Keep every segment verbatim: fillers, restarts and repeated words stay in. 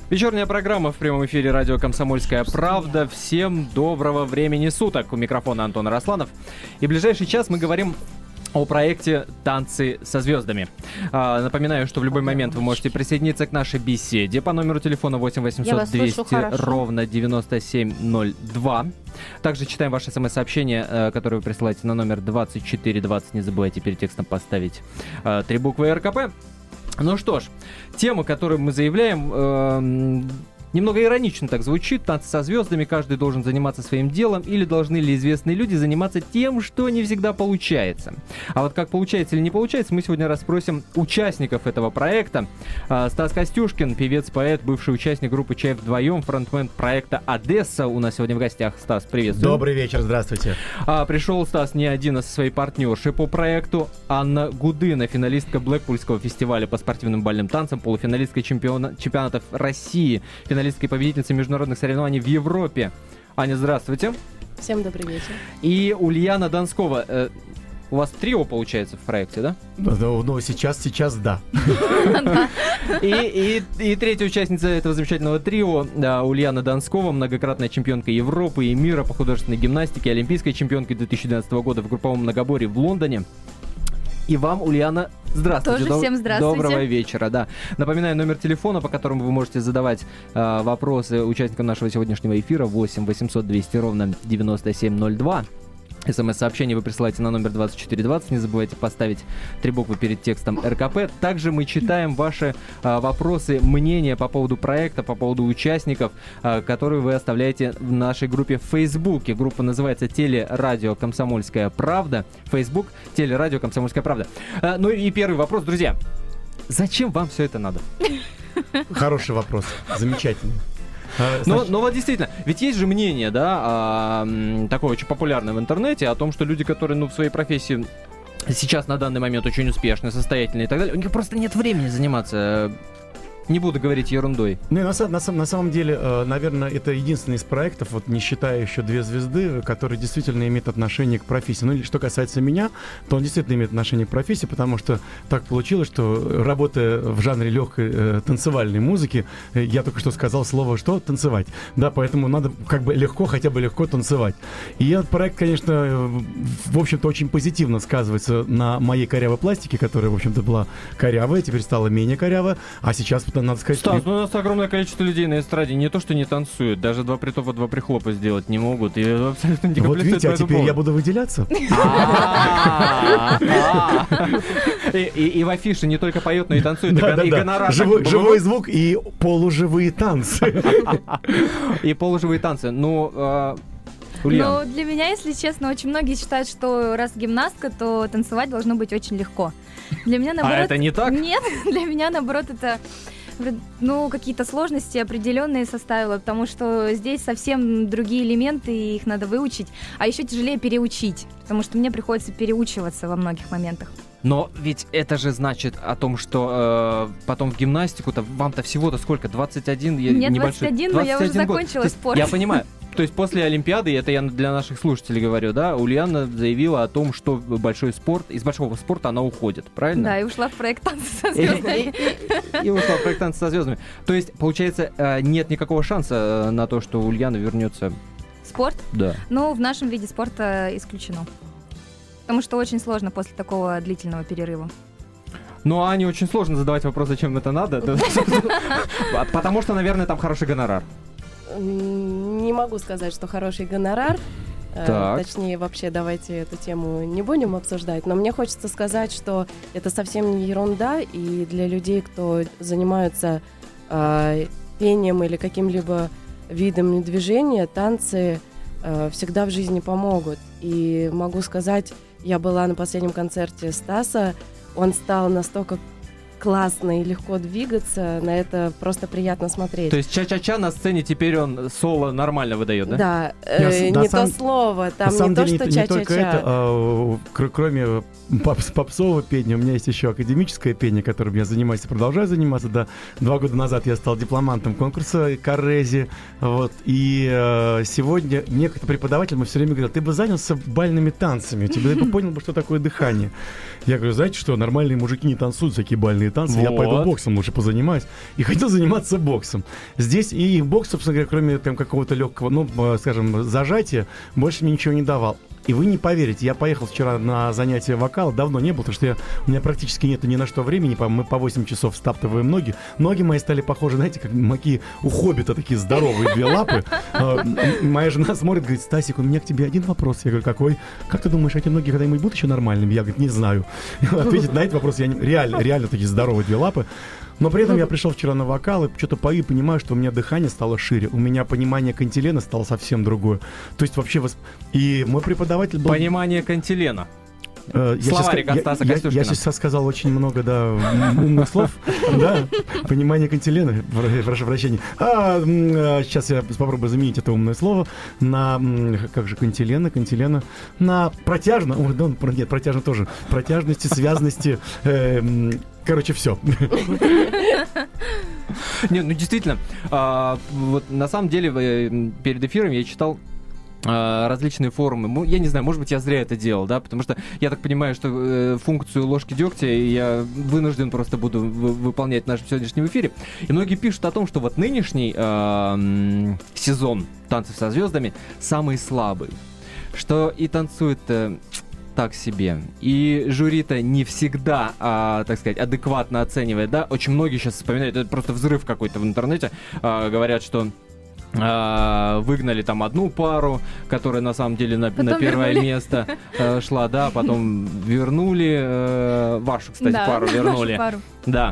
Вечерняя программа в прямом эфире радио «Комсомольская правда». Всем доброго времени суток. У микрофона Антон Арасланов. И в ближайший час мы говорим о проекте «Танцы со звездами». А, напоминаю, что в любой момент вы можете присоединиться к нашей беседе по номеру телефона восемь восемьсот двести ровно девяносто семь ноль два. Также читаем ваши смс-сообщения, которые вы присылаете на номер двадцать четыре двадцать. Не забывайте перед текстом поставить а, три буквы РКП. Ну что ж, тема, которую мы заявляем, э, немного иронично так звучит. Танцы со звездами, каждый должен заниматься своим делом, или должны ли известные люди заниматься тем, что не всегда получается. А вот как получается или не получается, мы сегодня расспросим участников этого проекта. Э, Стас Костюшкин, певец-поэт, бывший участник группы «Чай вдвоем», фронтмен проекта «Одесса». У нас сегодня в гостях. Стас, приветствую. Добрый вечер, здравствуйте. А, пришел Стас не один, а со своей партнершей по проекту Анна Гудына, финалистка Блэкпульского фестиваля по спортивным бальным танцам, полуфиналистка чемпиона... чемпионатов России, финалистка и победительница международных соревнований в Европе. Аня, здравствуйте. Всем добрый вечер. И Ульяна Донскова. Э, у вас трио получается в проекте, да? Ну, ну сейчас, сейчас да. И, и, и третья участница этого замечательного трио, да, Ульяна Донскова, многократная чемпионка Европы и мира по художественной гимнастике, олимпийская чемпионка две тысячи двенадцатого года в групповом многоборье в Лондоне. И вам, Ульяна, здравствуйте. Тоже всем здравствуйте. Доброго вечера, да. Напоминаю, номер телефона, по которому вы можете задавать э, вопросы участникам нашего сегодняшнего эфира, восемь восемьсот двести ровно девяносто семь ноль два. СМС-сообщение вы присылаете на номер двадцать четыре двадцать. Не забывайте поставить три буквы перед текстом РКП. Также мы читаем ваши а, вопросы, мнения по поводу проекта, по поводу участников, а, которые вы оставляете в нашей группе в Фейсбуке. Группа называется «Телерадио Комсомольская правда». Фейсбук «Телерадио Комсомольская правда». А, ну и первый вопрос, друзья. Зачем вам все это надо? Хороший вопрос. Замечательный. Но, но вот действительно, ведь есть же мнение, да, а, такое очень популярное в интернете о том, что люди, которые, ну, в своей профессии сейчас на данный момент очень успешны, состоятельны и так далее, у них просто нет времени заниматься. Не буду говорить ерундой. Не, на, на, на самом деле, э, наверное, это единственный из проектов, вот не считая еще «Две звезды», который действительно имеет отношение к профессии. Ну, или что касается меня, то он действительно имеет отношение к профессии, потому что так получилось, что, работая в жанре легкой э, танцевальной музыки, э, я только что сказал слово «что?» танцевать. Да, поэтому надо как бы легко, хотя бы легко танцевать. И этот проект, конечно, в общем-то, очень позитивно сказывается на моей корявой пластике, которая, в общем-то, была корявая, теперь стала менее корявая, а сейчас надо сказать... Стас, ну у нас огромное количество людей на эстраде не то, что не танцуют, даже два притопа, два прихлопа сделать не могут. И абсолютно не вот видите, а теперь я буду выделяться. И в афише не только поет, но и танцует, и гонорар. Живой звук и полуживые танцы. И полуживые танцы. Ну... Ульяна. Ну, для меня, если честно, очень многие считают, что раз гимнастка, то танцевать должно быть очень легко. Для меня, наоборот... А это не так? Нет, для меня, наоборот, это... Ну, какие-то сложности определенные составила, потому что здесь совсем другие элементы, и их надо выучить, а еще тяжелее переучить, потому что мне приходится переучиваться во многих моментах. Но ведь это же значит о том, что э, потом в гимнастику-то вам-то всего-то сколько? двадцать один? Нет, небольшой, двадцать один, но я уже закончила год. спорт. Я понимаю. То есть после Олимпиады, это я для наших слушателей говорю, да, Ульяна заявила о том, что большой спорт, из большого спорта она уходит, правильно? Да, и ушла в проект «Танцы со звездами». И ушла в проект «Танцы со звездами». То есть, получается, нет никакого шанса на то, что Ульяна вернется... Спорт? Да. Ну, в нашем виде спорта исключено. Потому что очень сложно после такого длительного перерыва. Ну, Ане очень сложно задавать вопрос, зачем это надо. Потому что, наверное, там хороший гонорар. Не могу сказать, что хороший гонорар. Так. Точнее, вообще, давайте эту тему не будем обсуждать. Но мне хочется сказать, что это совсем не ерунда. И для людей, кто занимаются э, пением или каким-либо видом движения, танцы э, всегда в жизни помогут. И могу сказать, я была на последнем концерте Стаса. Он стал настолько классно и легко двигаться, на это просто приятно смотреть. То есть ча-ча-ча на сцене теперь он соло нормально выдает, да? Да, э, не сам, то слово, там не то, деле, что не, ча-ча-ча. Не только это, а, кроме попс- попсового пения, у меня есть еще академическое пение, которым я занимаюсь и продолжаю заниматься. Да. Два года назад я стал дипломантом конкурса Коррези. Вот, и э, сегодня мне как-то преподаватель мы все время говорил, ты бы занялся бальными танцами, ты бы понял бы, что такое дыхание. Я говорю, знаете что, нормальные мужики не танцуют всякие бальные бальные танцы, вот. Я пойду боксом лучше позанимаюсь. И хотел заниматься боксом. Здесь и бокс, собственно говоря, кроме там какого-то легкого, ну, скажем, зажатия, больше мне ничего не давал. И вы не поверите, я поехал вчера на занятия вокала, давно не был, потому что я, у меня практически нет ни на что времени, мы по восемь часов стаптываем ноги. Ноги мои стали похожи, знаете, как такие у хоббита, такие здоровые две лапы. Моя жена смотрит, говорит: Стасик, у меня к тебе один вопрос. Я говорю: какой? Как ты думаешь, эти ноги когда-нибудь будут еще нормальными? Я говорю: не знаю. Ответить на этот вопрос я не... реально, реально такие здоровые две лапы. Но при этом я пришел вчера на вокал и что-то пою и понимаю, что у меня дыхание стало шире, у меня понимание кантилена стало совсем другое. То есть вообще... Восп... И мой преподаватель был... Понимание кантилена. Uh, Словарик от Стаса Костюшкина. Я, я, я сейчас сказал очень много, да, умных слов. Да, понимание кантилена, прошу прощения. А, сейчас я попробую заменить это умное слово на, как же, кантилена, кантилена, на протяжно, ой, да, нет, протяжно тоже, протяжности, связности, э, короче, все. Не, ну действительно, а, вот на самом деле перед эфиром я читал различные форумы. Я не знаю, может быть, я зря это делал, да, потому что я так понимаю, что э, функцию ложки дегтя я вынужден просто буду в- выполнять в нашем сегодняшнем эфире. И многие пишут о том, что вот нынешний э, сезон «Танцев со звездами» самый слабый, что и танцует-то так себе, и жюри-то не всегда, а, так сказать, адекватно оценивает, да. Очень многие сейчас вспоминают, это просто взрыв какой-то в интернете, э, говорят, что Uh, выгнали там одну пару, которая на самом деле на, на первое вернули. место uh, шла, да, потом вернули uh, вашу, кстати, да, пару вернули, пару. да,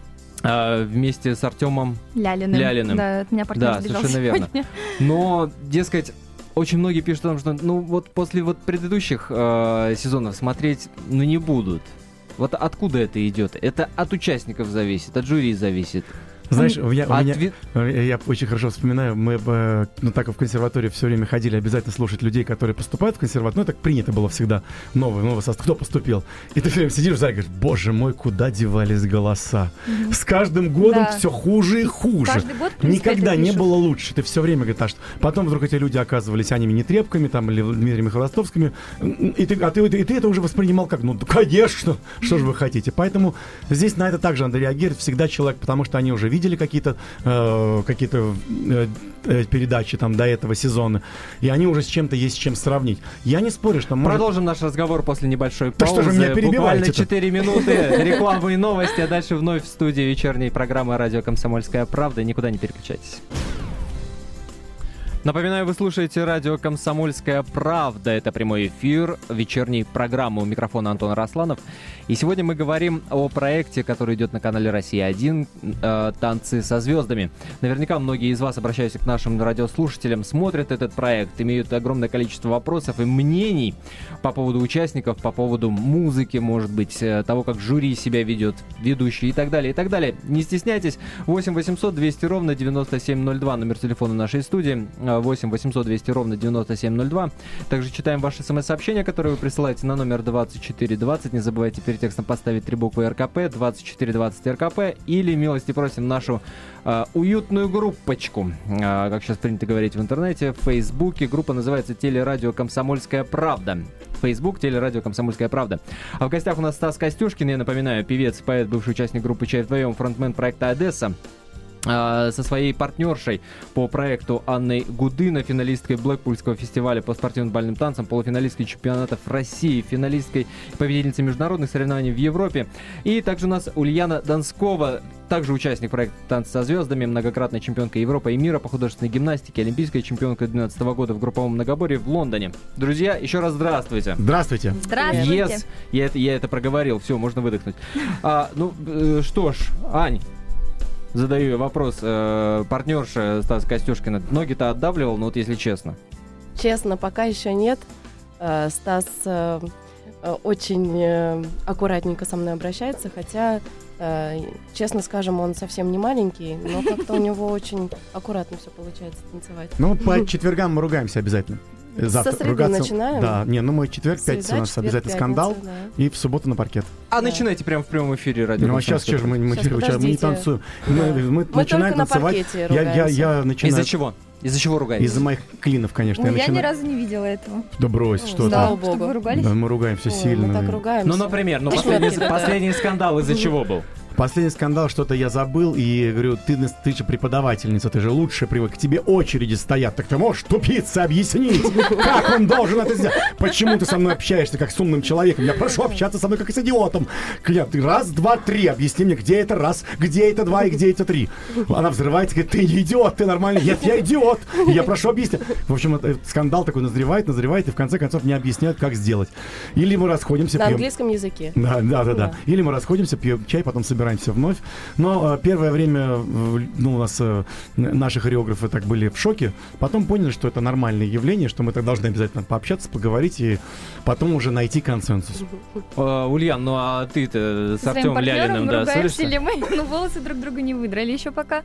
uh, вместе с Артемом Лялиным. Лялиным. Да, от меня партнер да, сбежал совершенно сегодня. верно. Но, дескать, очень многие пишут о том, что, ну, вот после вот предыдущих uh, сезонов смотреть, ну, не будут. Вот откуда это идет? Это от участников зависит, от жюри зависит. Знаешь, у меня, у меня, Ответ... я очень хорошо вспоминаю, мы, ну, так как в консерватории все время ходили обязательно слушать людей, которые поступают в консерваторию, ну, так принято было всегда, новый, новый состав, кто поступил. И ты все время сидишь в зале и говоришь: боже мой, куда девались голоса. Mm-hmm. С каждым годом да. все хуже и хуже. Каждый год, в принципе, никогда не было лучше. Ты все время говоришь: а что? Потом вдруг эти люди оказывались Анями Нетребками, там, или Дмитрием Холостовскими, и ты, а ты, и ты это уже воспринимал как: ну, конечно, что же вы хотите. Поэтому здесь на это также надо реагировать всегда человек, потому что они уже видели какие-то, э, какие-то э, передачи там до этого сезона, и они уже с чем-то есть с чем сравнить. Я не спорю, что... Может... Продолжим наш разговор после небольшой да паузы. Что же меня буквально четыре минуты рекламы и новости, а дальше вновь в студии вечерней программы «Радио Комсомольская правда». Никуда не переключайтесь. Напоминаю, вы слушаете радио «Комсомольская правда». Это прямой эфир вечерней программы. У микрофона Антон Росланов. И сегодня мы говорим о проекте, который идет на канале «Россия один», э, «Танцы со звездами». Наверняка многие из вас, обращаясь к нашим радиослушателям, смотрят этот проект, имеют огромное количество вопросов и мнений по поводу участников, по поводу музыки, может быть, того, как жюри себя ведет, ведущий и так далее, и так далее. Не стесняйтесь. восемь восемьсот двести ровно девяносто семь ноль два, номер телефона нашей студии. восемь восемьсот двести ровно девяносто семь ноль два. Также читаем ваши смс-сообщения, которые вы присылаете на номер двадцать четыре двадцать. Не забывайте перед текстом поставить три буквы РКП, двадцать четыре двадцать РКП, или милости просим нашу э, уютную группочку, э, как сейчас принято говорить в интернете, в Фейсбуке. Группа называется «Телерадио Комсомольская правда». Facebook, «Телерадио Комсомольская правда». А в гостях у нас Стас Костюшкин, я напоминаю, певец, поэт, бывший участник группы «Чай вдвоем», фронтмен проекта «Одесса», со своей партнершей по проекту Анной Гудына, финалисткой Блэкпульского фестиваля по спортивным бальным танцам, полуфиналисткой чемпионатов России, финалисткой, победительницей международных соревнований в Европе. И также у нас Ульяна Донскова, также участник проекта «Танцы со звездами», многократная чемпионка Европы и мира по художественной гимнастике, олимпийская чемпионка две тысячи двенадцатого года в групповом многоборье в Лондоне. Друзья, еще раз здравствуйте. Здравствуйте. Здравствуйте. Yes, я это, я это проговорил, все, можно выдохнуть. А, ну, э, что ж, Ань, задаю вопрос. Э, партнерша Стаса Костюшкина ноги-то отдавливал, ну вот если честно. Честно, пока еще нет. Э, Стас э, очень э, аккуратненько со мной обращается, хотя, э, честно скажем, он совсем не маленький, но как-то у него очень аккуратно все получается танцевать. Ну, по четвергам мы ругаемся обязательно. Завтра Со среды ругаться... начинаем? Да, не, ну мы четверг, пятница у нас четверг, обязательно пятница, скандал, да. И в субботу на паркет. А Да. начинайте прямо в прямом эфире радио. Ну а сейчас что же мы, мы, Сейчас, мы, мы не танцуем. Мы, Да. мы, Мы начинаем только на танцевать. паркете Я, я, я начинаю... Из-за чего? Из-за чего ругаетесь? Из-за моих клинов, конечно. Ну, я я начинаю... ни разу не видела этого. Да брось, О, что слава ты. богу. Чтобы вы ругались? Да, мы ругаемся Ой, сильно. мы так ругаемся. Ну, например, ну Ошметки, последний, да. последний скандал из-за чего был? Последний скандал, что-то я забыл, и говорю, ты, ты же преподавательница, ты же лучше привык, к тебе очереди стоят, так ты можешь тупица объяснить, как он должен это сделать? Почему ты со мной общаешься как с умным человеком? Я прошу общаться со мной как с идиотом. Я, ты раз, два, три, объясни мне, где это раз, где это два и где это три. Она взрывается, говорит, ты не идиот, ты нормальный. Нет, я идиот. И я прошу объяснить. В общем, это, скандал такой назревает, назревает, и в конце концов не объясет, как сделать. Или мы расходимся, На пьем. английском языке. Да, да, да, да, Да. Или мы расходимся, пьем чай, потом собираемся вновь. Но э, первое время, э, ну, у нас э, наши хореографы так были в шоке. Потом поняли, что это нормальное явление, что мы так должны обязательно пообщаться, поговорить и потом уже найти консенсус. Э, Ульян, ну а ты-то с Со своим Артемом партнером Лялиным, да, ругаемся ссоришься? ли мы? Ну, волосы друг друга не выдрали еще пока.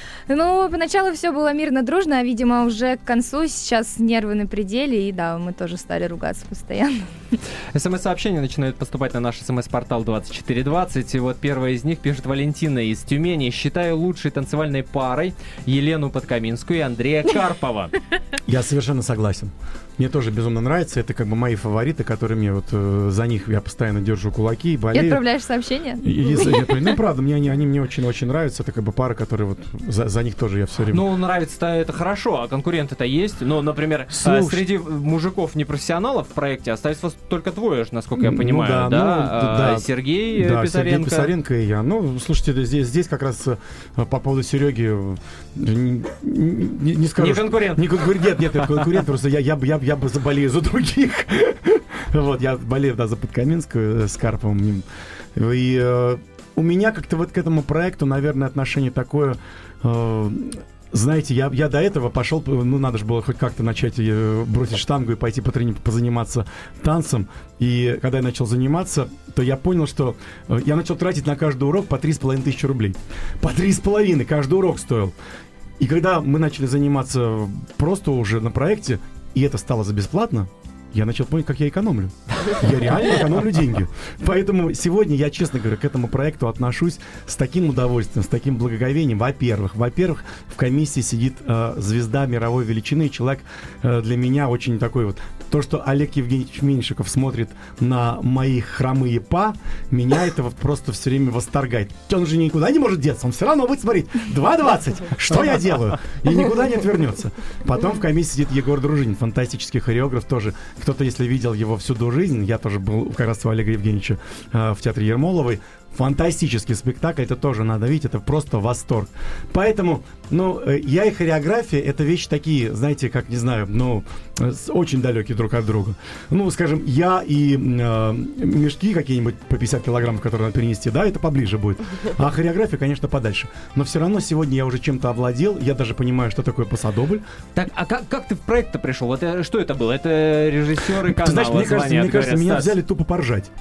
Ну, поначалу все было мирно, дружно, а, видимо, уже к концу сейчас нервы на пределе, и да, мы тоже стали ругаться постоянно. СМС-сообщения начинают поступать на наш СМС-портал двадцать четыре двадцать. И вот первая из них пишет Валентина из Тюмени. Считаю лучшей танцевальной парой Елену Подкаминскую и Андрея Карпова. Я совершенно согласен. Мне тоже безумно нравится. Это как бы мои фавориты, которые мне вот э, за них я постоянно держу кулаки и И болею. отправляешь сообщение? И- и- и- ну, правда, мне они, они мне очень-очень нравятся. Это как бы пара, которые вот за, за них тоже я все время... Ну, нравится-то это хорошо, а конкуренты-то есть. Ну, например, Слушай. э, среди мужиков-непрофессионалов в проекте остались вас только двое, насколько я Ну понимаю, да, да? ну, А, да. Сергей Да, Писаренко. Сергей Писаренко и я. Ну, слушайте, да, здесь, здесь как раз э, по поводу Сереги э, не, не- не скажу. Не что- конкурент. Не конкурент, нет, нет, это конкурент, просто я, я, бы- я, бы- я бы заболею за других. Вот, я болею, да, за Подкаминскую э, с Карповым. И э, у меня как-то вот к этому проекту, наверное, отношение такое... э, Знаете, я, я до этого пошел, ну, надо же было хоть как-то начать э, бросить штангу и пойти потрени- позаниматься танцем. И когда я начал заниматься, то я понял, что э, я начал тратить на каждый урок по три с половиной тысячи рублей. По три с половиной каждый урок стоил. И когда мы начали заниматься просто уже на проекте, и это стало за бесплатно, я начал понимать, как я экономлю. Я реально экономлю деньги. Поэтому сегодня я, честно говоря, к этому проекту отношусь с таким удовольствием, с таким благоговением. Во-первых, во-первых, в комиссии сидит э, звезда мировой величины, человек э, для меня очень такой вот. То, что Олег Евгеньевич Меньшиков смотрит на мои хромые па, меня это вот просто все время восторгает. Он же никуда не может деться, он все равно будет смотреть. два двадцать. Что я делаю? И никуда не отвернется. Потом в комиссии сидит Егор Дружинин, фантастический хореограф тоже. Кто-то, если видел его всю жизнь, я тоже был как раз у Олега Евгеньевича э, в театре Ермоловой. Фантастический спектакль, это тоже надо видеть, это просто восторг. Поэтому, ну, э, я и хореография, это вещи такие, знаете, как, не знаю, ну, э, с- очень далекие друг от друга. Ну, скажем, я и э, мешки какие-нибудь по пятьдесят килограммов, которые надо перенести, да, это поближе будет. А хореография, конечно, подальше. Но все равно сегодня я уже чем-то овладел, я даже понимаю, что такое пасадобль. Так, а как, как ты в проект-то пришел? Вот э, что это было? Это режиссеры канала Ты знаешь, мне кажется, звонят, мне кажется, говорят, меня «Стас, взяли тупо поржать.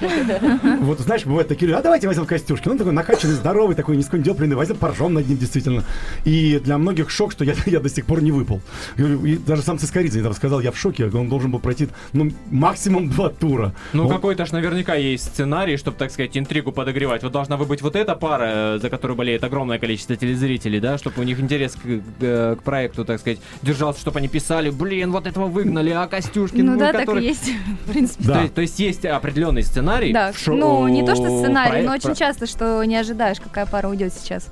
Вот, знаешь, бывают такие люди, а давайте возьмем Костюшки. Ну, такой накачанный, здоровый, такой нескондёпленный, возьмем, поржем над ним, действительно. И для многих шок, что я, я до сих пор не выпал. И, и даже сам Цискоридзе недавно сказал, я в шоке, он должен был пройти, ну, максимум два тура. Ну, Он- какой-то ж наверняка есть сценарий, чтобы, так сказать, интригу подогревать. Вот должна быть вот эта пара, э, за которую болеет огромное количество телезрителей, да, чтобы у них интерес к, к- к проекту, так сказать, держался, чтобы они писали, блин, вот этого выгнали, а Костюшкин, Ну да, так который... и есть, в принципе. Да. То, есть- то есть есть определенный сценарий. Да, в шоу- ну не то, что сценарий, проект- но очень часто, что не ожидаешь, какая пара уйдет сейчас.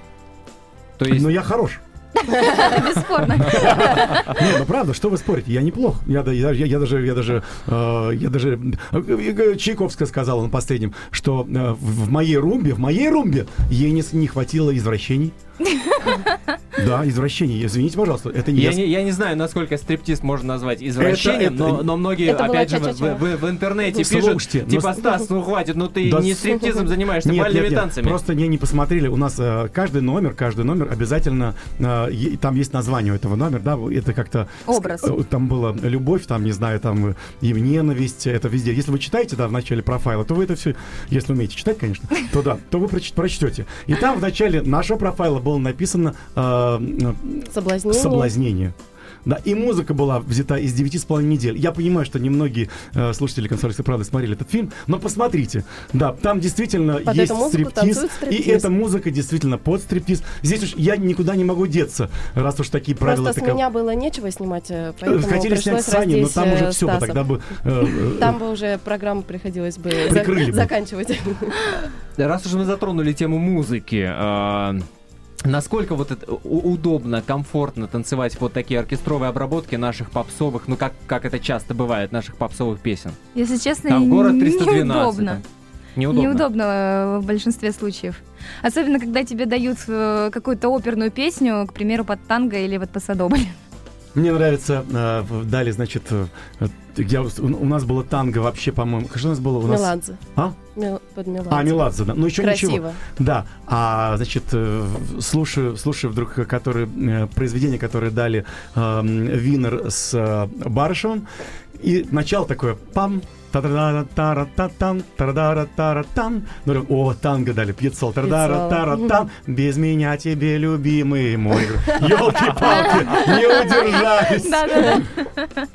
То есть Но я хорош. Бесспорно. Не, ну правда, что вы спорите? Я неплох. Я, да- я, я даже, я даже, э, я даже э, Чайковская сказала на последнем, что э, в, в моей румбе, в моей румбе ей не, с- не хватило извращений. Да, извращений. Извините, пожалуйста, это не Я я. не, я не знаю, насколько стриптиз можно назвать извращением, это- но, но многие, Это была опять же, в, ча-ча-ча. в- в интернете Ну, пишут, слушайте, типа, но- Стас, ну хватит, ну ты Да не с- стриптизом занимаешься, Нет, бальными нет, нет. танцами. Просто не, не посмотрели. У нас э, каждый номер, каждый номер обязательно э, е- там есть название у этого номера, да, это как-то Образ. ск- э, там было любовь, там не знаю, там э, и ненависть, это везде. Если вы читаете, да, в начале профайла, то вы это все, если умеете читать, конечно, то да, то вы проч- прочтете. И там в начале нашего профайла было написано э, э, Соблазнение. соблазнение. Да, и музыка была взята из девяти с половиной недель. Я понимаю, что немногие э, слушатели «Комсомольской правды» смотрели этот фильм, но посмотрите. Да, там действительно под есть стриптиз, стриптиз, и эта музыка действительно под стриптиз. Здесь уж я никуда не могу деться, раз уж такие правила. Просто с такова. меня было нечего снимать, поэтому хотели снять с Саней, но там уже все, тогда бы... Э, там бы уже программу приходилось бы, за- заканчивать. Раз уж мы затронули тему музыки, э, насколько вот это удобно, комфортно танцевать вот такие оркестровые обработки наших попсовых, ну как, как это часто бывает, наших попсовых песен? Если честно, Там город триста двенадцать. неудобно. Неудобно. Неудобно в большинстве случаев. Особенно, когда тебе дают э, какую-то оперную песню, к примеру, под танго или вот пасадобль. Мне нравится, э, дали, значит, э, я, у, у нас было танго вообще, по-моему, что у нас было? У нас... Меладзе. А? Мел, под Меладзе. А, Меладзе, да. Ну, еще Красиво. ничего. Да. А, значит, э, слушаю, слушаю вдруг, которые, э, произведения, которые дали э, Винер с э, Барышевым, и начало такое пам, та-да-да-та-ра-та-тан, та-да-да-та-ра-тан. Ну, о, танго дали, пьецол, та-да-да-та-ра-тан, без меня тебе, любимый мой. Ёлки-палки, не удержались. Да-да-да.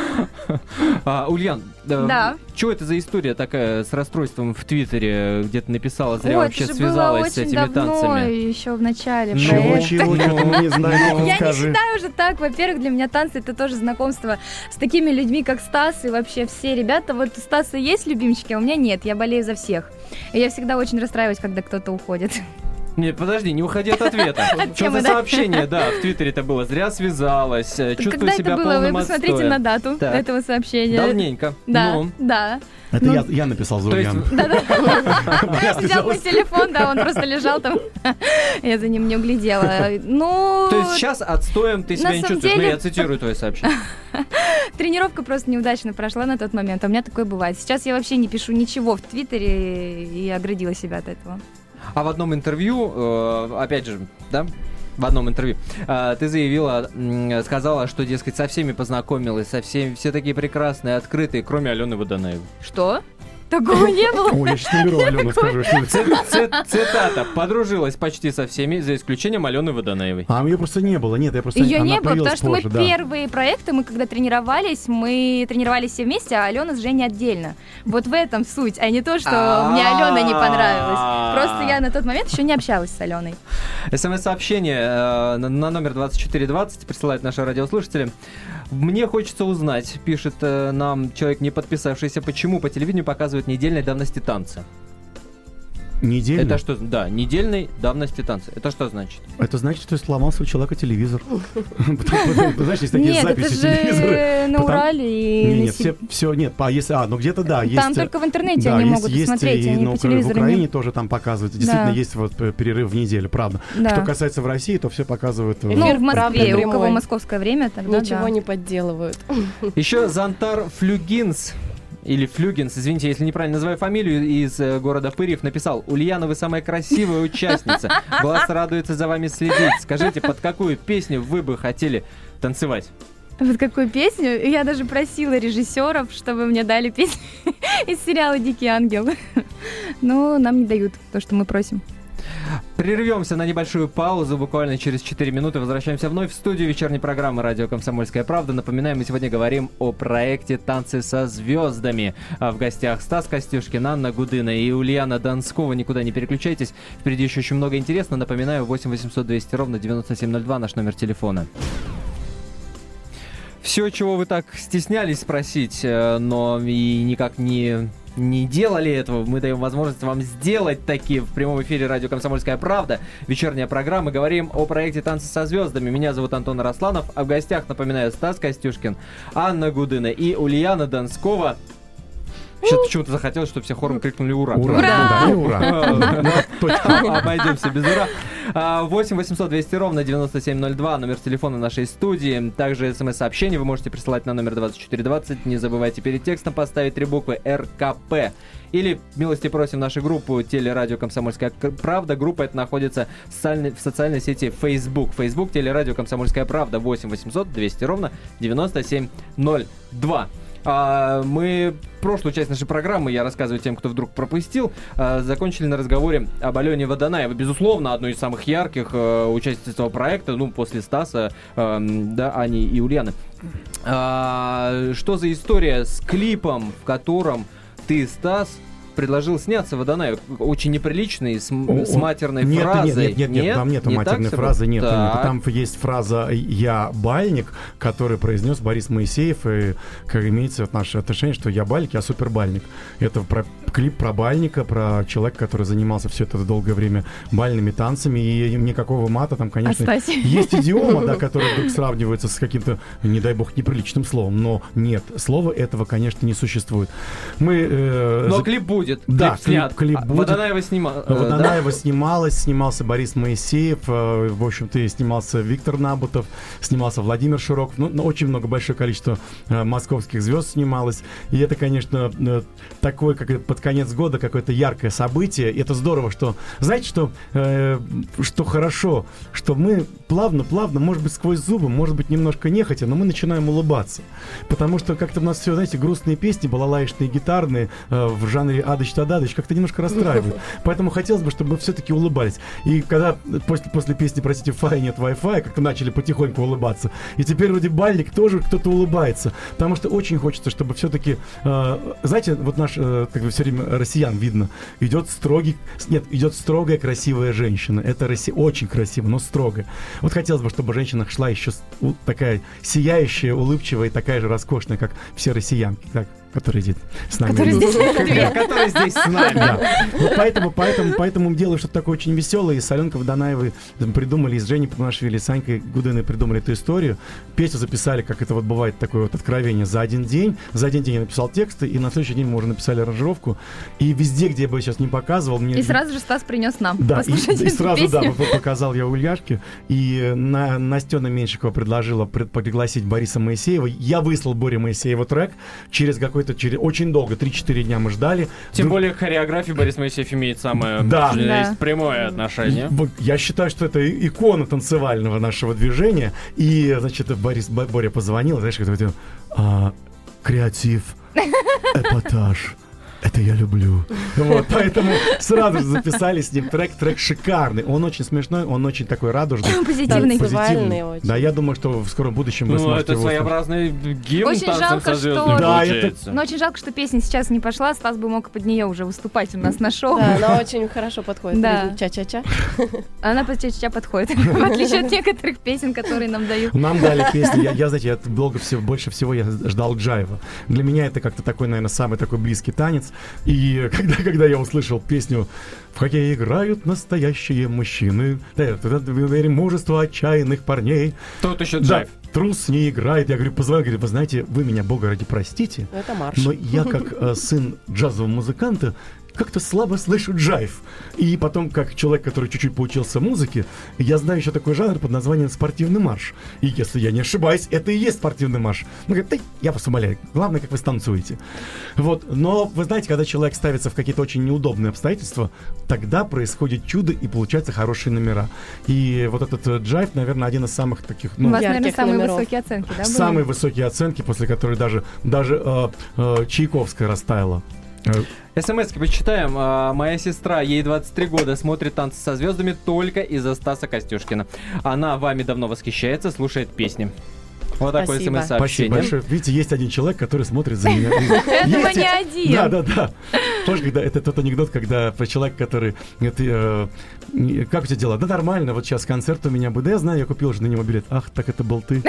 А, Ульян, Да. что это за история такая с расстройством в Твиттере, где ты написала, зря Ой, вообще это же связалась было с очень этими давно, танцами? еще в начале Ну, проекта. Чего, чего, мы не знаем, Я не скажи. считаю уже так. Во-первых, для меня танцы — это тоже знакомство с такими людьми, как Стас и вообще все ребята. Вот у Стаса есть любимчики, а у меня нет. Я болею за всех. И я всегда очень расстраиваюсь, когда кто-то уходит. Нет, подожди, не уходи от ответа. Что темы, за да? сообщение, да, в Твиттере это было, зря связалась, чувствую Когда себя это было? Вы полным посмотрите отстоем. на дату Так. этого сообщения. Давненько. Да, Ну, да. Это Ну, я, я написал за то есть- Ульяну. Да-да. Взял мой телефон, да, он просто лежал там. Я за ним не углядела. Ну, То есть сейчас отстоем ты себя на не самом чувствуешь? Ну, деле- я цитирую твое сообщение. тренировка просто неудачно прошла на тот момент. А у меня такое бывает. Сейчас я вообще не пишу ничего в Твиттере и оградила себя от этого. А в одном интервью, э, опять же, да, в одном интервью, э, ты заявила, м, сказала, что, дескать, со всеми познакомилась, со всеми, все такие прекрасные, открытые, кроме Алены Водонаевой. Что? Такого не было. Ой, я сейчас наберу Алену, скажу, что это. Ци- ци- Цитата. Подружилась почти со всеми, за исключением Алены Водонаевой. А ее просто не было, нет, я просто... Ее она не было, потому появилась что мы позже, да. первые проекты, мы когда тренировались, мы тренировались все вместе, а Алена с Женей отдельно. Вот в этом суть, а не то, что мне Алена не понравилась. Просто я на тот момент еще не общалась с Аленой. СМС-сообщение э, на, на номер двадцать четыре двадцать присылают наши радиослушатели. Мне хочется узнать, пишет э, нам человек, не подписавшийся, почему по телевидению показывают недельной давности танцы. Недельно? Это что? Да, недельной давности танцы. Это что значит? Это значит, что сломался у человека телевизор. Знаешь, есть такие Нет, это записи же телевизора. на Потом- Урале и Не, на нет, Сиб- все, все, нет, а если, а, ну где-то да, есть. Там только в интернете да, они есть, могут есть посмотреть, и они на по Укра- телевизору в Украине не... тоже там показывают. Действительно, Да. есть вот э, перерыв в неделю, правда. Да. Что касается в России, то все показывают. э, Эфир Ну, в правда Москве, у прямой. кого московское время, тогда Ничего да. не подделывают. Еще Зантар Флюгинс, или Флюгинс, извините, если неправильно называю фамилию, из э, города Пырьев, написал: Ульяна, вы самая красивая участница. Глаз радуется за вами следить. Скажите, под какую песню вы бы хотели танцевать? Вот какую песню? Я даже просила режиссеров, чтобы мне дали песню из сериала «Дикий ангел». Но нам не дают то, что мы просим. Прервемся на небольшую паузу, буквально через четыре минуты возвращаемся вновь в студию вечерней программы «Радио Комсомольская правда». Напоминаем, мы сегодня говорим о проекте «Танцы со звездами». А в гостях Стас Костюшкин, Анна Гудына и Ульяна Донскова. Никуда не переключайтесь, впереди еще очень много интересного. Напоминаю, восемь восемьсот двести ровно девяносто семь ноль два наш номер телефона. Все, чего вы так стеснялись спросить, э, но и никак не, не делали этого, мы даем возможность вам сделать такие в прямом эфире радио «Комсомольская правда». Вечерняя программа. Говорим о проекте «Танцы со звездами». Меня зовут Антон Росланов, а в гостях, напоминаю, Стас Костюшкин, Анна Гудына и Ульяна Донскова. Сейчас почему-то захотелось, чтобы все хором крикнули «Ура!». Ура! Ура! Да, и ура! Ну, точно. Обойдемся без ура. восемь восемьсот двести ровно девяносто семь ноль два, номер телефона нашей студии. Также смс-сообщение вы можете присылать на номер двадцать четыре двадцать. Не забывайте перед текстом поставить три буквы эр ка пэ. Или милости просим нашу группу телерадио «Комсомольская правда». Группа эта находится в социальной, в социальной сети Facebook. Facebook телерадио «Комсомольская правда». восемь восемьсот двести ровно девяносто семь ноль два. А, мы прошлую часть нашей программы, я рассказываю тем, кто вдруг пропустил, а, закончили на разговоре об Алене Водонаевой. Безусловно, одной из самых ярких а, участниц этого проекта, ну, после Стаса, а, да, Ани и Ульяны. А, что за история с клипом, в котором ты, Стас, предложил сняться Водонаевой? Очень неприличный, с, О, с матерной нет, фразой. Нет, нет, нет, нет, там нету не матерной так, фразы, нет, нет. Так. Там есть фраза «я бальник», которую произнес Борис Моисеев, и как имеется вот наше отношение, что я бальник, я супербальник. Это про, клип про бальника, про человека, который занимался все это долгое время бальными танцами, и никакого мата там, конечно, Астасия. есть идиома, да, которая вдруг сравнивается с каким-то, не дай бог, неприличным словом, но нет, слова этого, конечно, не существует. Мы... Э, Но за... клип будет. Да, клип снят. клип А, будет. Водонаева снимала. Водонаева снималась, снимался Борис Моисеев, э, в общем-то, и снимался Виктор Набутов, снимался Владимир Широков, ну, ну, очень много, большое количество э, московских звезд снималось, и это, конечно, э, такое, как под конец года, какое-то яркое событие, и это здорово, что, знаете, что, э, что хорошо, что мы плавно-плавно, может быть, сквозь зубы, может быть, немножко нехотя, но мы начинаем улыбаться, потому что как-то у нас все, знаете, грустные песни, балалаечные, гитарные, э, в жанре «Адыч-тададыч» как-то немножко расстраивают. Поэтому хотелось бы, чтобы мы все-таки улыбались. И когда после, после песни «Простите, Фай нет Wi-Fi», как-то начали потихоньку улыбаться. И теперь вроде бальник тоже кто-то улыбается. Потому что очень хочется, чтобы все-таки... Э, знаете, вот наш, э, как бы все время россиян видно, идет строгий... Нет, идет строгая, красивая женщина. Это Россия очень красиво, но строгая. Вот хотелось бы, чтобы женщина шла еще такая сияющая, улыбчивая и такая же роскошная, как все россиянки. Так, который идет с нами. Который здесь, который здесь с нами. Да. Вот поэтому, поэтому, поэтому мы делаем что-то такое очень веселое. И с Аленкой Водонаевой придумали, и с Женей Панашвили, и с Санькой Гудыной придумали эту историю. Песню записали, как это вот бывает, такое вот откровение за один день. За один день я написал тексты, и на следующий день мы уже написали аранжировку. И везде, где я бы сейчас не показывал... Мне... И сразу же Стас принес нам. Да, и, и сразу, песню. да, показал я Ульяшке. И на, Настена Меньшикова предложила пред, пригласить Бориса Моисеева. Я выслал Боре Моисееву трек через какой-то, через очень долго. три-четыре дня мы ждали. Тем Друг... более хореография Борис Моисеев имеет самое да. Да. Да. прямое отношение. Вот я считаю, что это икона танцевального нашего движения. И, значит, Борис, Боря позвонил, знаешь, говорит, а, креатив, эпатаж. Это я люблю. Вот, поэтому сразу же записали с ним трек. Трек шикарный. Он очень смешной, он очень такой радужный. Позитивный. Да, Позитивный очень. Да, я думаю, что в скором будущем вы Ну, сможете это его своеобразный гимн Очень танцем жалко, со что- звездами Да, получается. Но очень жалко, что песня сейчас не пошла. Стас бы мог под нее уже выступать у нас на шоу. Да, она очень хорошо подходит. Да. Ритм ча-ча-ча. Она под ча-ча подходит. В отличие от некоторых песен, которые нам дают. Нам дали песни. Я, я, знаете, я долго всего, больше всего я ждал джайва. Для меня это как-то такой, наверное, самый такой близкий танец. И когда, когда я услышал песню «В хоккей играют настоящие мужчины», да, множество отчаянных парней. Тут еще Да, джайв. трус не играет. Я говорю, позвоню, говорю, вы знаете, вы меня, Бога ради, простите, Ну, это марш. но я, как э, сын джазового музыканта, как-то слабо слышу джайв. И потом, как человек, который чуть-чуть поучился музыке, я знаю еще такой жанр под названием спортивный марш. И если я не ошибаюсь, это и есть спортивный марш. Ну, говорит, я вас умоляю, главное, как вы станцуете. Вот. Но вы знаете, когда человек ставится в какие-то очень неудобные обстоятельства, тогда происходит чудо и получаются хорошие номера. И вот этот э, джайв, наверное, один из самых таких... У Ну, вас, наверное, ярких самые номеров. высокие оценки, да, были? самые высокие оценки, после которой даже, даже э, э, Чайковская растаяла. Э, СМСки почитаем. А, моя сестра, ей двадцать три года, смотрит «Танцы со звездами» только из-за Стаса Костюшкина. Она вами давно восхищается, слушает песни. Вот такое Спасибо. Спасибо смс-сообщение. большое. Видите, есть один человек, который смотрит за меня. Я думаю, Есть- не один. Да, да, да. Тоже, когда это тот анекдот, когда про человека, который говорит, э, не- как у тебя дела? Да нормально, вот сейчас концерт у меня будет. Да я знаю, я купил уже на него билет. Ах, так это был ты.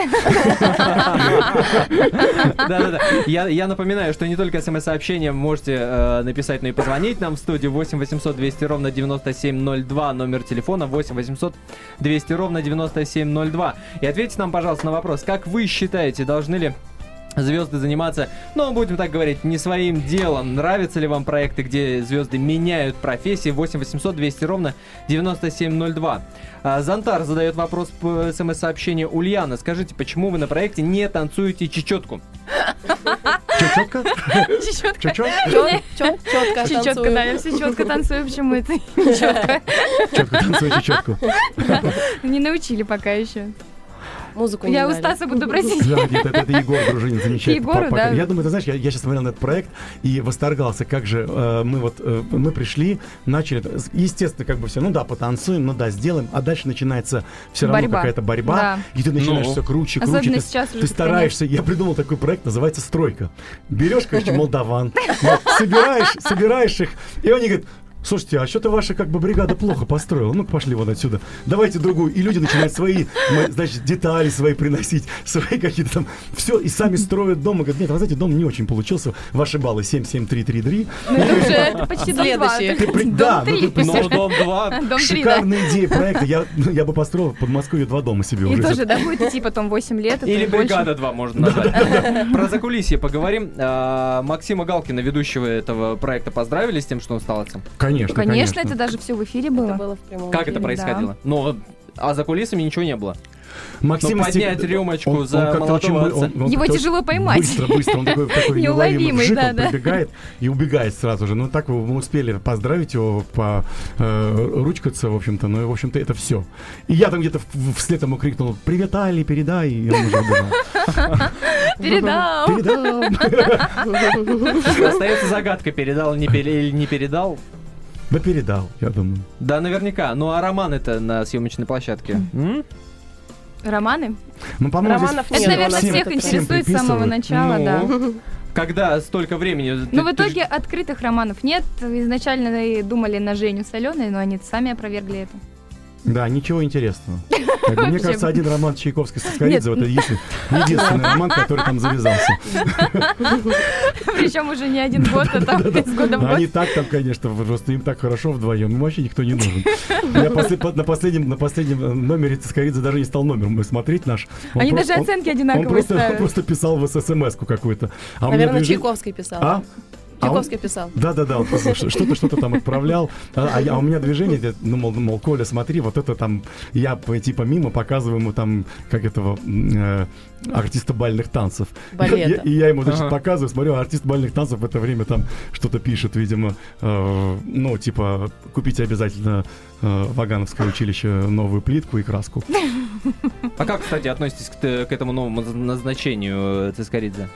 Да-да-да. Я, я напоминаю, что не только смс-сообщения можете э, написать, но и позвонить нам в студию восемь восемьсот двести ровно девяносто семь ноль два, номер телефона восемь восемьсот двести ровно девяносто семь ноль два. И ответьте нам, пожалуйста, на вопрос, как вы считаете, должны ли звезды заниматься, ну, будем так говорить, не своим делом? Нравятся ли вам проекты, где звезды меняют профессии? восемь восемьсот двести ровно девяносто семь ноль два. А, Зантар задает вопрос по смс-сообщению. Ульяна, скажите, почему вы на проекте не танцуете чечетку? Че, четко? Чечетка. Че, че? Четко Чечетка, да, я все четко танцую, почему это не четко? Четко танцуйте четко. Не научили пока еще. Музыку не Я у дали. Стаса буду просить. Да, нет, это, это Егор Дружинин, замечательный. Егору, По- по- да. Я думаю, ты знаешь, я, я сейчас смотрел на этот проект и восторгался, как же э, мы вот, э, мы пришли, начали, естественно, как бы все, ну да, потанцуем, ну да, сделаем, а дальше начинается все равно Борьба. какая-то борьба, Да. и ты начинаешь Ну. все круче, круче, Особенно ты, сейчас уже ты под стараешься, я придумал такой проект, называется «Стройка». Берешь, короче, молдаван, вот, собираешь, собираешь их, и они говорят: слушайте, а что-то ваша как бы бригада плохо построила. Ну, пошли вон отсюда. Давайте другую. И люди начинают свои, м, значит, детали свои приносить, свои какие-то там. Все, и сами строят дом. И говорят: нет, вы знаете, дом не очень получился. Ваши баллы семь семь три три три. Ну, это уже это почти дом два. Следующий. это Ты при- Дом да, ну, три. ты Но дом два. Дом три, да. Шикарная идея проекта. Я, ну, я бы построил в Подмосковье два дома себе И уже. тоже, да, будет идти потом восемь лет. это Или и больше. бригада два можно назвать. Про закулисье поговорим. А, Максима Галкина, ведущего этого проекта, поздравили с тем, что он стал отцом? Конечно, Конечно, конечно. это даже все в эфире Это было. было в прямом Как эфире. это происходило? Ну, а за кулисами ничего не было. Максим Но Стек- поднять рюмочку он- он за как-то молодого очень бы- отца. он- он Его как-то тяжело поймать. Быстро, быстро, он такой, такой неуловимый Неуловимый, вжик, да, он да. прибегает и убегает сразу же. Ну, так мы успели поздравить его, по э, ручкаться, в общем-то, ну, и, в общем-то, это все. И я там где-то в- вслед ему крикнул: привет, Али, передай, и он уже убежал. Передал. Передал. Остается загадка, передал не пере- или не передал. Да передал, я думаю. Да, наверняка. Ну, а роман это на съемочной площадке? М? Романы? Ну, по-моему, Романов здесь Это, нет, наверное, всем- всех всем интересует с самого приписывают. начала, Ну, да. Когда столько времени... Но ты- в ты ж- итоге открытых романов нет. Изначально и думали на Женю с Аленой, но они сами опровергли это. Да, ничего интересного. Как бы, мне Вообще. кажется, один роман Чайковской с Скоридзе, вот это единственный, единственный роман, который там завязался. Причем уже не один год, а там из года в А год. они так там, конечно, просто им так хорошо вдвоем. Им вообще никто не нужен. Я после- по- на последнем, на последнем номере Скоридзе даже не стал номер мой смотреть наш. Он Они просто- даже он- оценки Он одинаковые просто, он ставят. просто писал в смс-ку какую-то. А у меня Наверное, движение- Чайковский писал. А? А он- Чайковский писал. Да-да-да, он просто ш- что-то что-то там отправлял, а, а я- а у меня движение, где, ну, мол, мол, Коля, смотри, вот это там, я по- типа мимо показываю ему там, как этого, м, э, артиста бальных танцев. Балета. И, и я ему, значит, Ага. показываю, смотрю, а артист бальных танцев в это время там что-то пишет, видимо, э, ну, типа, купите обязательно э, Вагановское училище новую плитку и краску. А как, кстати, относитесь к, т- к этому новому назначению э, Цискоридзе?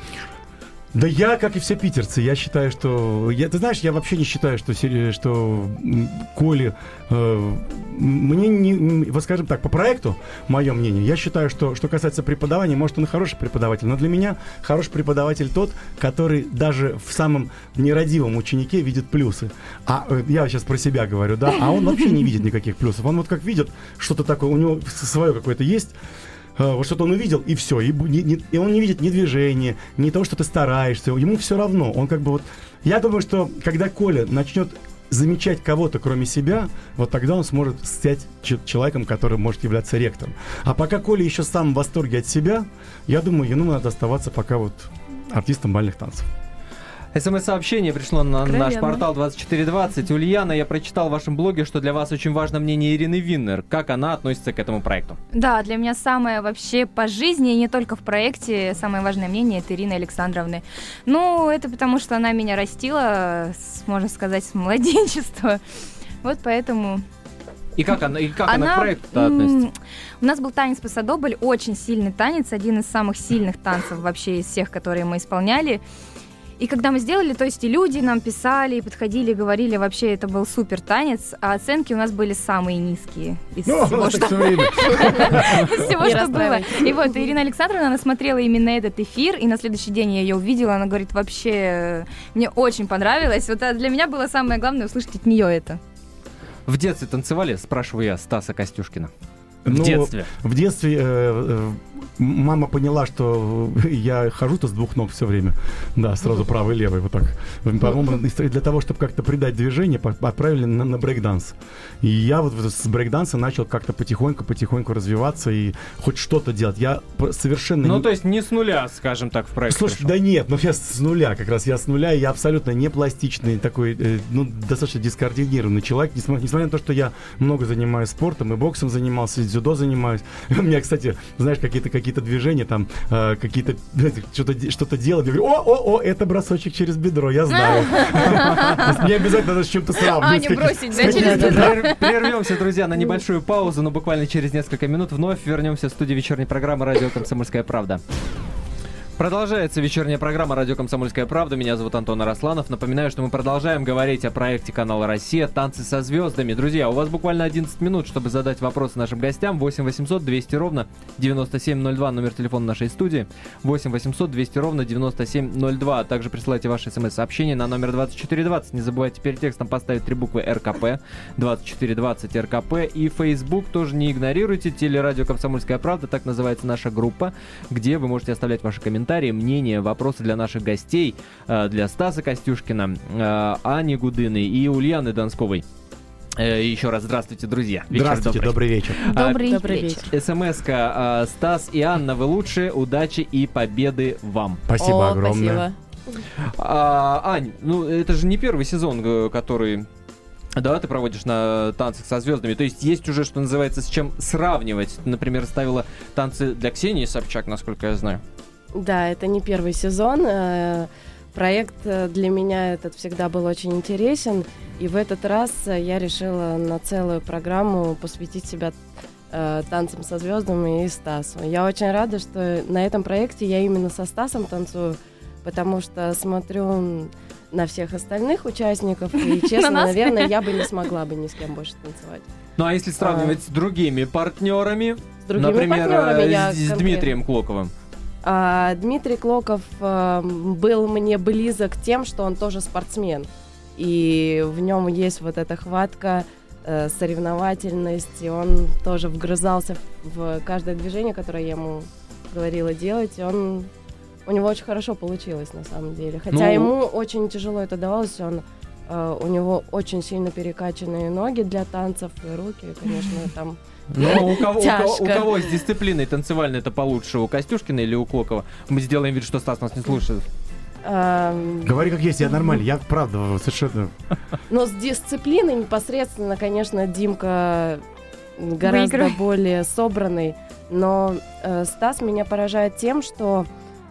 Да я, как и все питерцы, я считаю, что... Я, ты знаешь, я вообще не считаю, что, сери- что м, Коле... э, мне не... м, Вот скажем так, по проекту, мое мнение, я считаю, что, что касается преподавания, может, он и хороший преподаватель, но для меня хороший преподаватель тот, который даже в самом нерадивом ученике видит плюсы. А э, я сейчас про себя говорю, да, а он вообще не видит никаких плюсов. Он вот как видит что-то такое, у него свое какое-то есть... Uh, вот что-то он увидел, и все. И, бу- не- не- и он не видит ни движения, ни того, что ты стараешься. Ему все равно. Он как бы вот... Я думаю, что когда Коля начнет замечать кого-то, кроме себя, вот тогда он сможет стать ч- человеком, который может являться ректором. А пока Коля еще сам в восторге от себя, я думаю, ему надо оставаться пока вот артистом бальных танцев. СМС-сообщение пришло на Откровенно. наш портал двадцать четыре двадцать. Ульяна, я прочитал в вашем блоге, что для вас очень важно мнение Ирины Виннер. Как она относится к этому проекту? Да, для меня самое вообще по жизни, и не только в проекте, самое важное мнение — это Ирины Александровны. Ну, это потому, что она меня растила, с- можно сказать, с младенчества. Вот поэтому... И как она, и как она, к проекту м, относится? У нас был танец «Пасадобль», очень сильный танец, один из самых сильных танцев вообще из всех, которые мы исполняли. И когда мы сделали, то есть и люди нам писали, и подходили, говорили, вообще это был супер танец, а оценки у нас были самые низкие из Ну, всего, что, все время. из всего, Не что было. расстраивайтесь. И вот Ирина Александровна, она смотрела именно этот эфир, и на следующий день я ее увидела, она говорит, вообще, э, мне очень понравилось. Вот а для меня было самое главное услышать от нее это. В детстве танцевали, спрашиваю я Стаса Костюшкина. В Ну, детстве. В детстве э, э, мама поняла, что я хожу-то с двух ног все время. Да, сразу правый и левый, вот так. По-моему, для того, чтобы как-то придать движение, по- отправили на, на брейкданс. И я вот с брейкданса начал как-то потихоньку-потихоньку развиваться и хоть что-то делать. Я п- совершенно... Ну, не- то есть не с нуля, скажем так, в проект Слушай, пришел. да нет, ну я с нуля как раз, я с нуля, и я абсолютно не пластичный, такой, э, ну, достаточно дискоординированный человек, несмотря, несмотря на то, что я много занимаюсь спортом, и боксом занимался, и дзюдо занимаюсь. У меня, кстати, знаешь, какие-то какие-то движения, там, э, какие-то, что-то, что-то делать. Я говорю, о-о-о, это бросочек через бедро, я знаю. Мне обязательно надо с чем-то сравнивать. Аню бросить, да, через бедро. Прервемся, друзья, на небольшую паузу, но буквально через несколько минут вновь вернемся в студию вечерней программы «Радио Комсомольская правда». Продолжается вечерняя программа «Радио Комсомольская правда». Меня зовут Антон Арасланов. Напоминаю, что мы продолжаем говорить о проекте канала «Россия» «Танцы со звездами». Друзья, у вас буквально одиннадцать минут, чтобы задать вопросы нашим гостям. восемь восемьсот двести ровно девяносто семь ноль два, номер телефона нашей студии. восемь восемьсот двести ровно девяносто семь ноль два. Также присылайте ваши смс-сообщения на номер двадцать четыре двадцать. Не забывайте перед текстом поставить три буквы эр ка пэ. двадцать четыре двадцать эр ка пэ. И Facebook тоже не игнорируйте. Телерадио «Комсомольская правда», так называется наша группа, где вы можете оставлять ваши комментарии. Мнения, вопросы для наших гостей, для Стаса Костюшкина, Ани Гудыной и Ульяны Донсковой. Еще раз здравствуйте, друзья. Вечер здравствуйте, добрый, добрый вечер. Добрый, а, добрый вечер. СМС-ка. Стас и Анна, вы лучшие. Удачи и победы вам. Спасибо О, огромное. Спасибо. А, Ань, ну это же не первый сезон, который... Да, ты проводишь на «Танцах со звездами». То есть есть уже, что называется, с чем сравнивать. Ты, например, ставила танцы для Ксении Собчак, насколько я знаю. Да, это не первый сезон. Проект для меня этот всегда был очень интересен. И в этот раз я решила на целую программу посвятить себя танцам со звездами и Стасу. Я очень рада, что на этом проекте я именно со Стасом танцую, потому что смотрю на всех остальных участников, и, честно, наверное, я бы не смогла бы ни с кем больше танцевать. Ну, а если сравнивать а... с другими партнерами, с другими например, партнерами я с, с Дмитрием Клоковым? А, Дмитрий Клоков а, был мне близок тем, что он тоже спортсмен. И в нем есть вот эта хватка, э, соревновательность, и он тоже вгрызался в каждое движение, которое я ему говорила делать, и он, у него очень хорошо получилось на самом деле. Хотя ну... ему очень тяжело это давалось, он, э, у него очень сильно перекачанные ноги для танцев, и руки, и, конечно, там... Ну, у кого, у, кого, у кого с дисциплиной танцевальной это получше, у Костюшкина или у Клокова? Мы сделаем вид, что Стас нас не слушает. Um... Говори как есть, я нормально, я правда совершенно... Но с дисциплиной непосредственно, конечно, Димка гораздо Выиграй. более собранный, но э, Стас меня поражает тем, что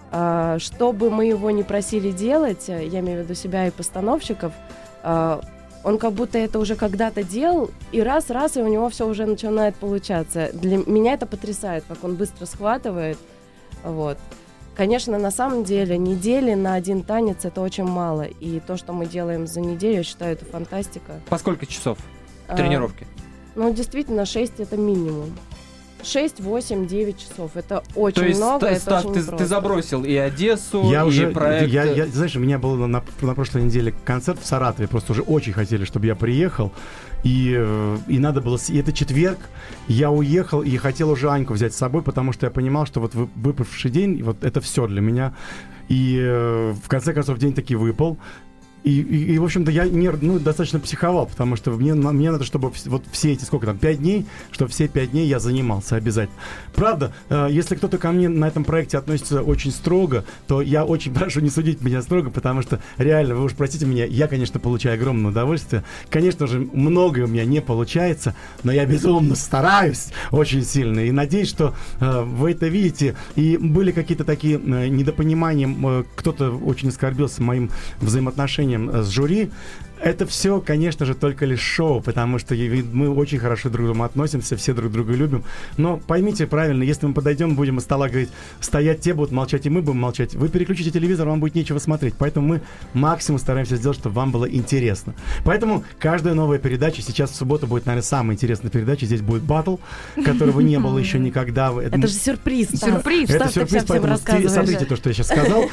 э, что бы мы его ни просили делать, я имею в виду себя и постановщиков, э, он как будто это уже когда-то делал, и раз-раз, и у него все уже начинает получаться. Для меня это потрясает, как он быстро схватывает. Вот. Конечно, на самом деле, недели на один танец — это очень мало. И то, что мы делаем за неделю, я считаю, это фантастика. По сколько часов тренировки? А, ну, действительно, шесть — это минимум. шесть, восемь, девять часов. Это очень То есть, много, ст- это Стас, очень ты, непросто. ты забросил и Одессу, я и уже, проект. Я, я, знаешь, у меня был на, на прошлой неделе концерт в Саратове. Просто уже очень хотели, чтобы я приехал. И, и надо было... И это четверг. Я уехал и хотел уже Аньку взять с собой, потому что я понимал, что вот выпавший день, вот это все для меня. И в конце концов день таки выпал. И, и, и, в общем-то, я не, ну, достаточно психовал, потому что мне, мне надо, чтобы вот все эти, сколько там, пять дней, чтобы все пять дней я занимался обязательно. Правда, э, если кто-то ко мне на этом проекте относится очень строго, то я очень прошу не судить меня строго, потому что реально, вы уж простите меня, я, конечно, получаю огромное удовольствие. Конечно же, многое у меня не получается, но я безумно стараюсь очень сильно и надеюсь, что э, вы это видите. И были какие-то такие э, недопонимания, э, кто-то очень оскорбился моим взаимоотношениям с жюри. Это все, конечно же, только лишь шоу, потому что мы очень хорошо друг к другу относимся, все друг друга любим. Но поймите правильно, если мы подойдем, будем у стола говорить, стоять те будут молчать, и мы будем молчать, вы переключите телевизор, вам будет нечего смотреть. Поэтому мы максимум стараемся сделать, чтобы вам было интересно. Поэтому каждая новая передача, сейчас в субботу будет, наверное, самая интересная передача, здесь будет баттл, которого не было еще никогда. Это, это же сюрприз. Сюрприз. Это сюрприз, поэтому смотрите то, что я сейчас сказал.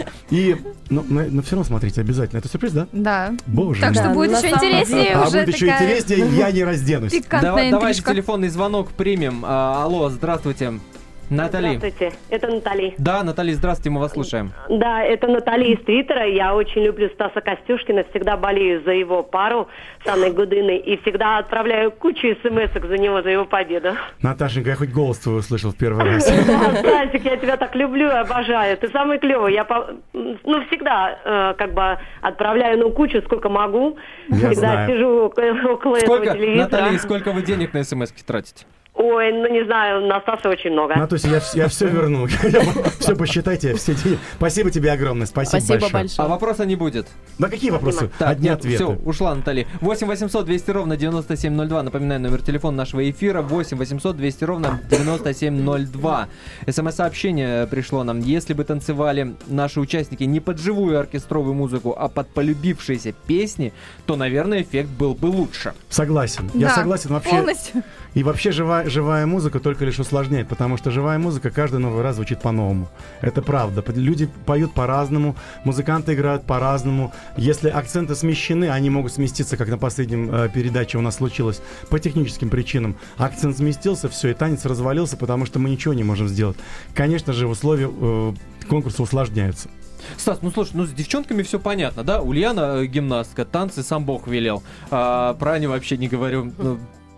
И, но, но все равно смотрите обязательно. Это сюрприз, да? Да. Боже так мой. что Да, будет на еще самом... интереснее. А уже будет еще такая... интереснее, я не разденусь. Давай, давайте телефонный звонок примем. А, алло, здравствуйте. Натали. Здравствуйте, это Натали. Да, Натали, здравствуйте, мы вас слушаем. Да, это Натали из Твиттера. Я очень люблю Стаса Костюшкина, всегда болею за его пару с Анной Гудыной и всегда отправляю кучу смс-ок за него, за его победу. Наташенька, я хоть голос твой услышал в первый раз. Стасик, я тебя так люблю и обожаю. Ты самый клевый. Я, ну, всегда как бы отправляю, ну, кучу, сколько могу. Всегда сижу около этого телевизора. Натали, сколько вы денег на смс-ки тратите? Ой, ну не знаю, Настаса очень много. Натуся, я, я все верну. Все посчитайте, все деньги. Спасибо тебе огромное, спасибо, Спасибо большое. большое. А вопроса не будет. Да какие вопросы? Так, Одни нет, ответы. все, ушла Наталья. восемь восемьсот двести ровно девяносто семь ноль два. Напоминаю, номер телефона нашего эфира восемь восемьсот двести ровно девяносто семь ноль два. СМС-сообщение пришло нам. Если бы танцевали наши участники не под живую оркестровую музыку, а под полюбившиеся песни, то, наверное, эффект был бы лучше. Согласен. Я Да, согласен вообще. полностью. И вообще живая, живая музыка только лишь усложняет, потому что живая музыка каждый новый раз звучит по-новому. Это правда. Люди поют по-разному, музыканты играют по-разному. Если акценты смещены, они могут сместиться, как на последнем э, передаче у нас случилось, по техническим причинам. Акцент сместился, все, и танец развалился, потому что мы ничего не можем сделать. Конечно же, условия э, конкурса усложняются. Стас, ну слушай, ну с девчонками все понятно, да? Ульяна э, гимнастка, танцы сам Бог велел. А, про Аню вообще не говорю. Ну,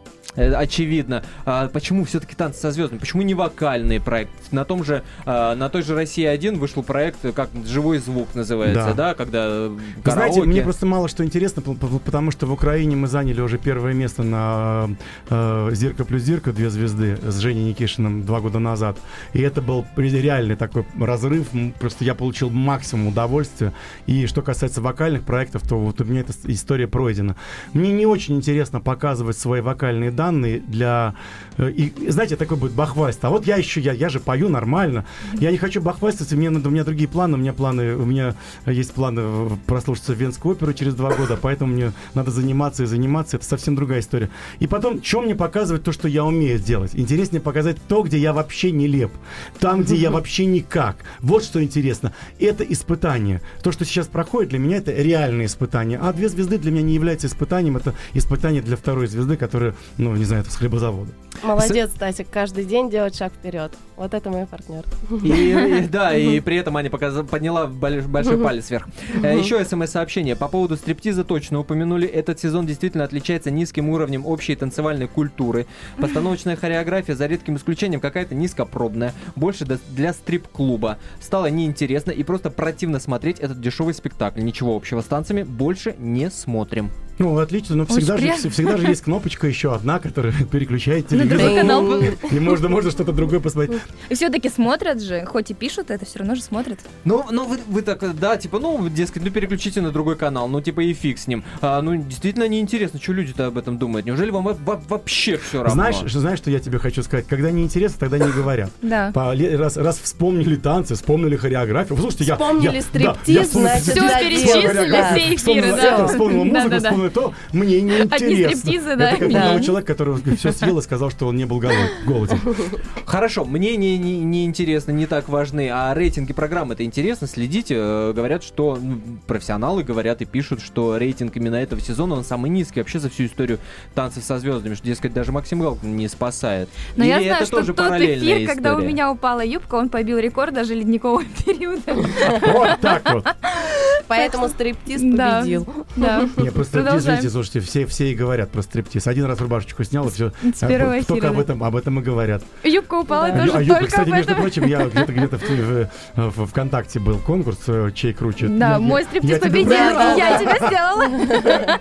очевидно. А почему все-таки танцы со звездами? Почему не вокальный проект? На том же, а, на той же Россия один вышел проект, как «Живой звук» называется, да, Да. когда Вы караоке. знаете, мне просто мало что интересно, п- п- потому что в Украине мы заняли уже первое место на э, «Зирка плюс Зирка», две звезды, с Женей Никишиным два года назад. И это был реальный такой разрыв. М, Просто я получил максимум удовольствия. И что касается вокальных проектов, то вот у меня эта с- история пройдена. Мне не очень интересно показывать свои вокальные данные для... э, И, знаете, такое будет бахвальство. А вот я еще, я, я же пою нормально. Я не хочу бахвальствоваться, мне надо, у меня другие планы. У меня планы, у меня есть планы э, прослушаться в Венскую оперу через два года, поэтому мне надо заниматься и заниматься. Это совсем другая история. И потом, что мне показывать то, что я умею делать? Интереснее показать то, где я вообще нелеп. Там, где я вообще никак. Вот что интересно. Это испытание. То, что сейчас проходит, для меня это реальное испытание. А две звезды для меня не являются испытанием. Это испытание для второй звезды, которая, ну, не знаю, это с хлебозавода. Молодец, Стасик, каждый день делать шаг вперед. Вот это мой партнер. И, и- да, и при этом Аня показ- подняла больш- большой палец вверх. Э, Еще смс-сообщение. По поводу стриптиза точно упомянули. Этот сезон действительно отличается низким уровнем общей танцевальной культуры. Постановочная хореография, за редким исключением, какая-то низкопробная. Больше до- для стрип-клуба. Стало неинтересно и просто противно смотреть этот дешевый спектакль. Ничего общего с танцами. Больше не смотрим. Ну, отлично, но всегда же, приятно. всегда же есть кнопочка еще одна, которая переключает На телевизор. другой канал. И можно, можно что-то другое посмотреть. И все-таки смотрят же, хоть и пишут, это все равно же смотрят. Ну, ну вы, вы так, да, типа, ну, дескать, ну переключите на другой канал, ну, типа, и фиг с ним. А, ну, действительно неинтересно, что люди-то об этом думают. Неужели вам во- во- вообще все равно? Знаешь, что- знаешь, что я тебе хочу сказать? Когда неинтересно, тогда не говорят. Да. По- ле- раз, раз вспомнили танцы, вспомнили хореографию. Слушайте, я... Вспомнили я- стриптиз, да, я вспомнил значит, стриптиз, Всё да, перечислили, дело. хореографию, все эфиры, вспомнил да. это, вспомнил музыку, Да-да-да. вспомнил то. Мне неинтересно. стриптизы, да. Это как у Да. того человека, который все съел и сказал, что он не был голод- голоден. Хорошо, мнения не, не интересны, не так важны, а рейтинги программы это интересно, следите. Э, Говорят, что ну, профессионалы говорят и пишут, что рейтинг именно этого сезона он самый низкий вообще за всю историю танцев со звездами, что, дескать, даже Максим Галкин не спасает. Но И я это знаю, что тоже тот параллельная эфир, когда у история. меня упала юбка, он побил рекорд даже ледникового периода. Вот так вот. Поэтому стриптиз Да. победил. Да. Не, про стриптиз, Продолжаем. видите, слушайте, все, все и говорят про стриптиз. Один раз рубашечку снял, и все. С первого Только эфира, об да. этом, об этом и говорят. Юбка упала Да. А, тоже а Юбка, только кстати, об между этом. прочим, я где-то где-то в, в- в ВКонтакте был конкурс, э, чей круче. Да, Я- мой я- стриптиз я тебе победил, правда. и я тебя сделала.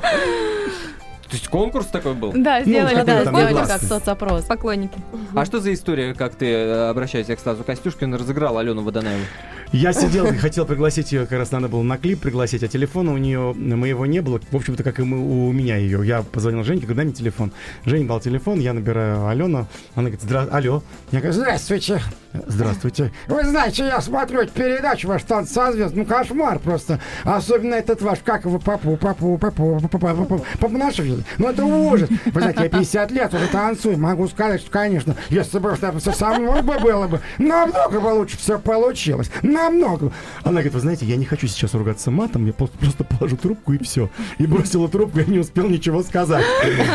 То есть конкурс такой был? Да, Ну, сделали как Да, это такой там сделали негласно. как соцопрос. поклонники. А что за история, как ты, э, обращаешься к Стасу Костюшкину, разыграл Алену Водонаеву? Я сидел и хотел пригласить ее, как раз надо было на клип пригласить, а телефона у нее, моего не было. В общем-то, как и мы- у меня ее. Я позвонил Женьке, говорю, дай мне телефон. Женя дал телефон, я набираю Алену. Она говорит, здра... алло. Я говорю, здравствуйте. Здравствуйте. Вы знаете, я смотрю эту передачу, ваш танц со звезд, ну кошмар просто. Особенно этот ваш, как его, папу, папу, папу, папу, папу, папу, папу нашего. Ну это ужас. Вы знаете, я пятьдесят лет уже танцую, могу сказать, что, конечно, если бы это все со мной бы было бы, намного бы лучше все получилось. Намного. Она говорит, вы знаете, я не хочу сейчас ругаться матом, я просто, просто положу трубку и все. И бросила трубку, я не успел ничего сказать.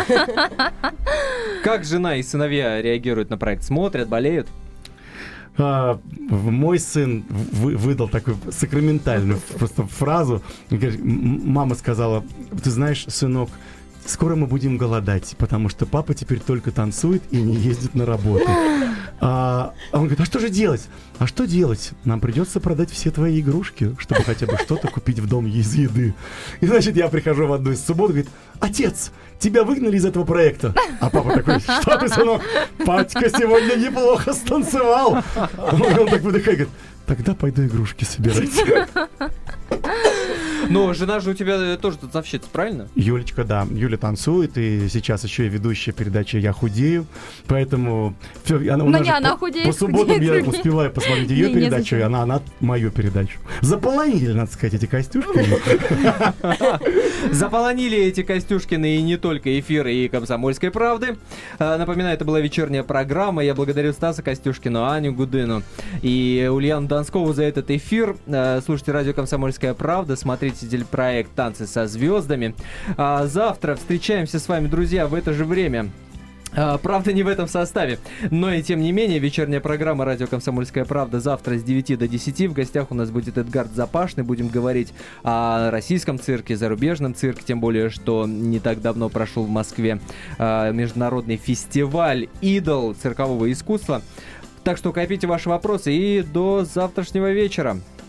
Как жена и сыновья реагируют на проект? Смотрят, болеют? А, в- мой сын вы- выдал такую сакраментальную просто фразу. Говорит, м- мама сказала, ты знаешь, сынок, скоро мы будем голодать, потому что папа теперь только танцует и не ездит на работу. А, а он говорит, а что же делать? А что делать? Нам придется продать все твои игрушки, чтобы хотя бы что-то купить в дом из еды. И, значит, я прихожу в одну из суббот, говорит, отец, тебя выгнали из этого проекта. А папа такой, что ты, сынок, Патька сегодня неплохо станцевал. Он так выдыхает, говорит, тогда пойду игрушки собирать. Но жена же у тебя тоже танцовщица, правильно? Юлечка, да. Юля танцует, и сейчас еще и ведущая передачи «Я худею». Поэтому... Она, ну не, она худеет. По субботам я успеваю посмотреть ее передачу, и она, она мою передачу. Заполонили, надо сказать, эти Костюшкины. Заполонили эти Костюшкины и не только эфиры и «Комсомольской правды». Напоминаю, это была вечерняя программа. Я благодарю Стаса Костюшкину, Аню Гудыну и Ульяну Донскову за этот эфир. Слушайте радио «Комсомольская правда», смотрите телепроект «Танцы со звездами». А завтра встречаемся с вами, друзья, в это же время. А, правда, не в этом составе, но и тем не менее, вечерняя программа «Радио Комсомольская правда» завтра с девяти до десяти. В гостях у нас будет Эдгард Запашный. Будем говорить о российском цирке, зарубежном цирке, тем более, что не так давно прошел в Москве а, международный фестиваль «Идол» циркового искусства. Так что копите ваши вопросы и до завтрашнего вечера.